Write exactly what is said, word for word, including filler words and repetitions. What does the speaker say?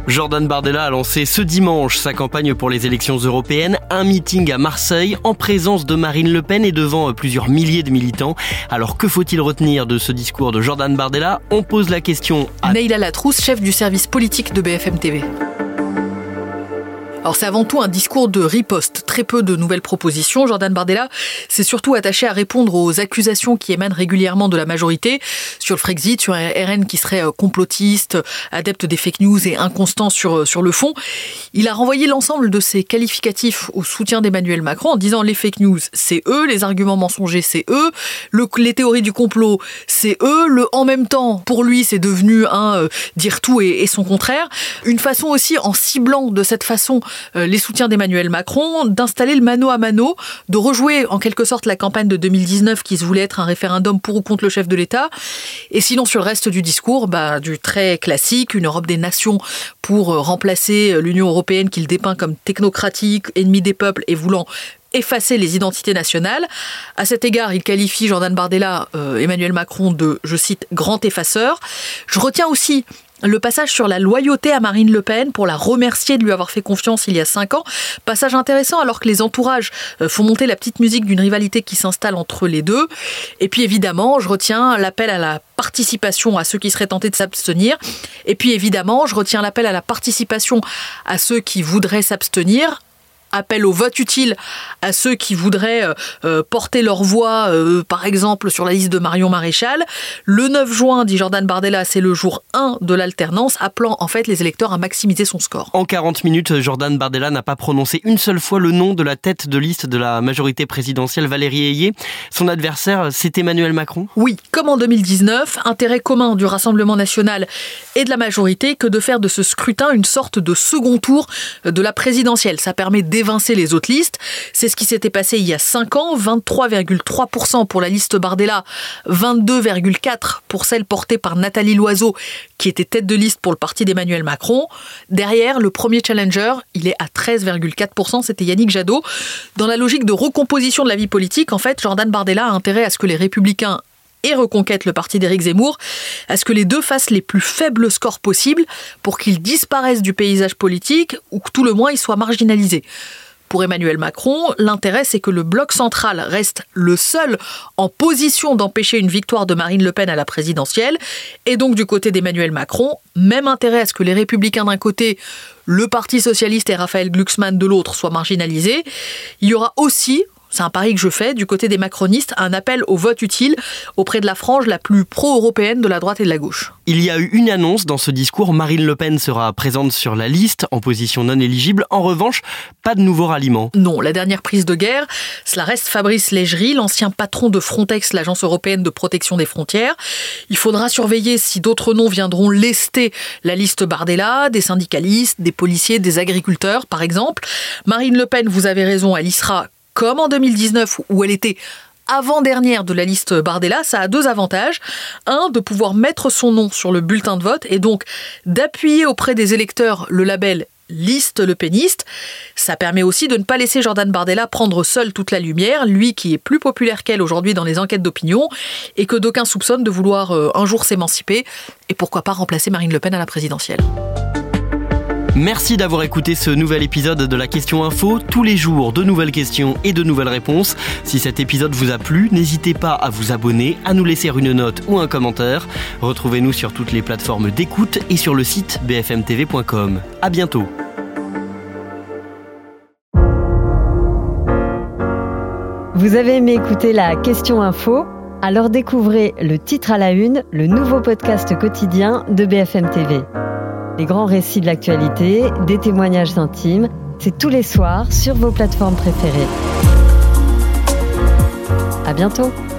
Jordan Bardella a lancé ce dimanche sa campagne pour les élections européennes, un meeting à Marseille en présence de Marine Le Pen et devant plusieurs milliers de militants. Alors que faut-il retenir de ce discours de Jordan Bardella ? On pose la question à Neila Latrousse, chef du service politique de B F M T V. Alors c'est avant tout un discours de riposte, très peu de nouvelles propositions. Jordan Bardella s'est surtout attaché à répondre aux accusations qui émanent régulièrement de la majorité sur le Frexit, sur un R N qui serait complotiste, adepte des fake news et inconstant sur, sur le fond. Il a renvoyé l'ensemble de ses qualificatifs au soutien d'Emmanuel Macron en disant les fake news, c'est eux, les arguments mensongers, c'est eux, le, les théories du complot, c'est eux, le en même temps, pour lui, c'est devenu un euh, dire tout et, et son contraire. Une façon aussi, en ciblant de cette façon les soutiens d'Emmanuel Macron, d'installer le mano à mano, de rejouer en quelque sorte la campagne de deux mille dix-neuf qui se voulait être un référendum pour ou contre le chef de l'État. Et sinon, sur le reste du discours, bah, du très classique, une Europe des nations pour remplacer l'Union européenne qu'il dépeint comme technocratique, ennemie des peuples et voulant effacer les identités nationales. À cet égard, il qualifie Jordan Bardella, euh, Emmanuel Macron de, je cite, grand effaceur. Je retiens aussi le passage sur la loyauté à Marine Le Pen pour la remercier de lui avoir fait confiance il y a cinq ans. Passage intéressant alors que les entourages font monter la petite musique d'une rivalité qui s'installe entre les deux. Et puis évidemment, je retiens l'appel à la participation à ceux qui seraient tentés de s'abstenir. Et puis évidemment, je retiens l'appel à la participation à ceux qui voudraient s'abstenir. Appel au vote utile à ceux qui voudraient euh, porter leur voix, euh, par exemple, sur la liste de Marion Maréchal. Le neuf juin, dit Jordan Bardella, c'est le jour un de l'alternance, appelant en fait les électeurs à maximiser son score. En quarante minutes, Jordan Bardella n'a pas prononcé une seule fois le nom de la tête de liste de la majorité présidentielle, Valérie Ayé. Son adversaire, c'est Emmanuel Macron ? Oui, comme en deux mille dix-neuf, intérêt commun du Rassemblement national et de la majorité que de faire de ce scrutin une sorte de second tour de la présidentielle. Ça permet d'évincer les autres listes. C'est ce qui s'était passé il y a cinq ans, vingt-trois virgule trois pour cent pour la liste Bardella, vingt-deux virgule quatre pour cent pour celle portée par Nathalie Loiseau, qui était tête de liste pour le parti d'Emmanuel Macron. Derrière, le premier challenger, il est à treize virgule quatre pour cent, c'était Yannick Jadot. Dans la logique de recomposition de la vie politique, en fait, Jordan Bardella a intérêt à ce que les Républicains et Reconquête, le parti d'Éric Zemmour, à ce que les deux fassent les plus faibles scores possibles pour qu'ils disparaissent du paysage politique ou que tout le moins ils soient marginalisés. Pour Emmanuel Macron, l'intérêt, c'est que le bloc central reste le seul en position d'empêcher une victoire de Marine Le Pen à la présidentielle. Et donc, du côté d'Emmanuel Macron, même intérêt à ce que les Républicains d'un côté, le Parti socialiste et Raphaël Glucksmann de l'autre soient marginalisés. Il y aura aussi, c'est un pari que je fais, du côté des macronistes, un appel au vote utile auprès de la frange la plus pro-européenne de la droite et de la gauche. Il y a eu une annonce dans ce discours. Marine Le Pen sera présente sur la liste en position non éligible. En revanche, pas de nouveau ralliement. Non, la dernière prise de guerre, cela reste Fabrice Légery, l'ancien patron de Frontex, l'agence européenne de protection des frontières. Il faudra surveiller si d'autres noms viendront lester la liste Bardella, des syndicalistes, des policiers, des agriculteurs, par exemple. Marine Le Pen, vous avez raison, elle y sera comme en deux mille dix-neuf, où elle était avant-dernière de la liste Bardella. Ça a deux avantages. Un, de pouvoir mettre son nom sur le bulletin de vote et donc d'appuyer auprès des électeurs le label liste Le Peniste. Ça permet aussi de ne pas laisser Jordan Bardella prendre seul toute la lumière, lui qui est plus populaire qu'elle aujourd'hui dans les enquêtes d'opinion et que d'aucuns soupçonnent de vouloir un jour s'émanciper et pourquoi pas remplacer Marine Le Pen à la présidentielle. Merci d'avoir écouté ce nouvel épisode de la Question Info. Tous les jours, de nouvelles questions et de nouvelles réponses. Si cet épisode vous a plu, n'hésitez pas à vous abonner, à nous laisser une note ou un commentaire. Retrouvez-nous sur toutes les plateformes d'écoute et sur le site b f m t v point com. À bientôt. Vous avez aimé écouter la Question Info ? Alors découvrez le titre à la une, le nouveau podcast quotidien de B F M T V. Les grands récits de l'actualité, des témoignages intimes, c'est tous les soirs sur vos plateformes préférées. À bientôt.